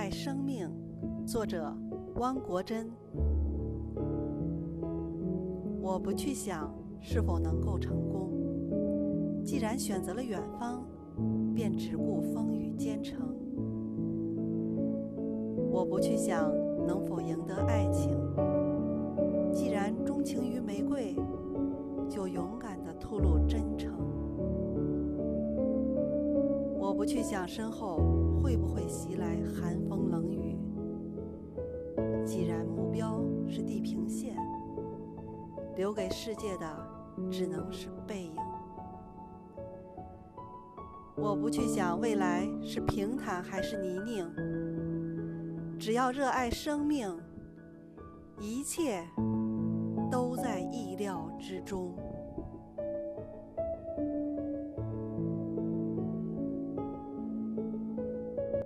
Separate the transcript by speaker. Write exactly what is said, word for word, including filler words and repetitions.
Speaker 1: 爱生命，作者汪国真。我不去想是否能够成功，既然选择了远方，便只顾风雨兼程。我不去想能否赢得爱情，既然钟情于玫瑰，就勇敢地吐露真诚。我不去想身后会不会袭来寒风冷雨，既然目标是地平线，留给世界的只能是背影。我不去想未来是平坦还是泥泞，只要热爱生命，一切都在意料之中。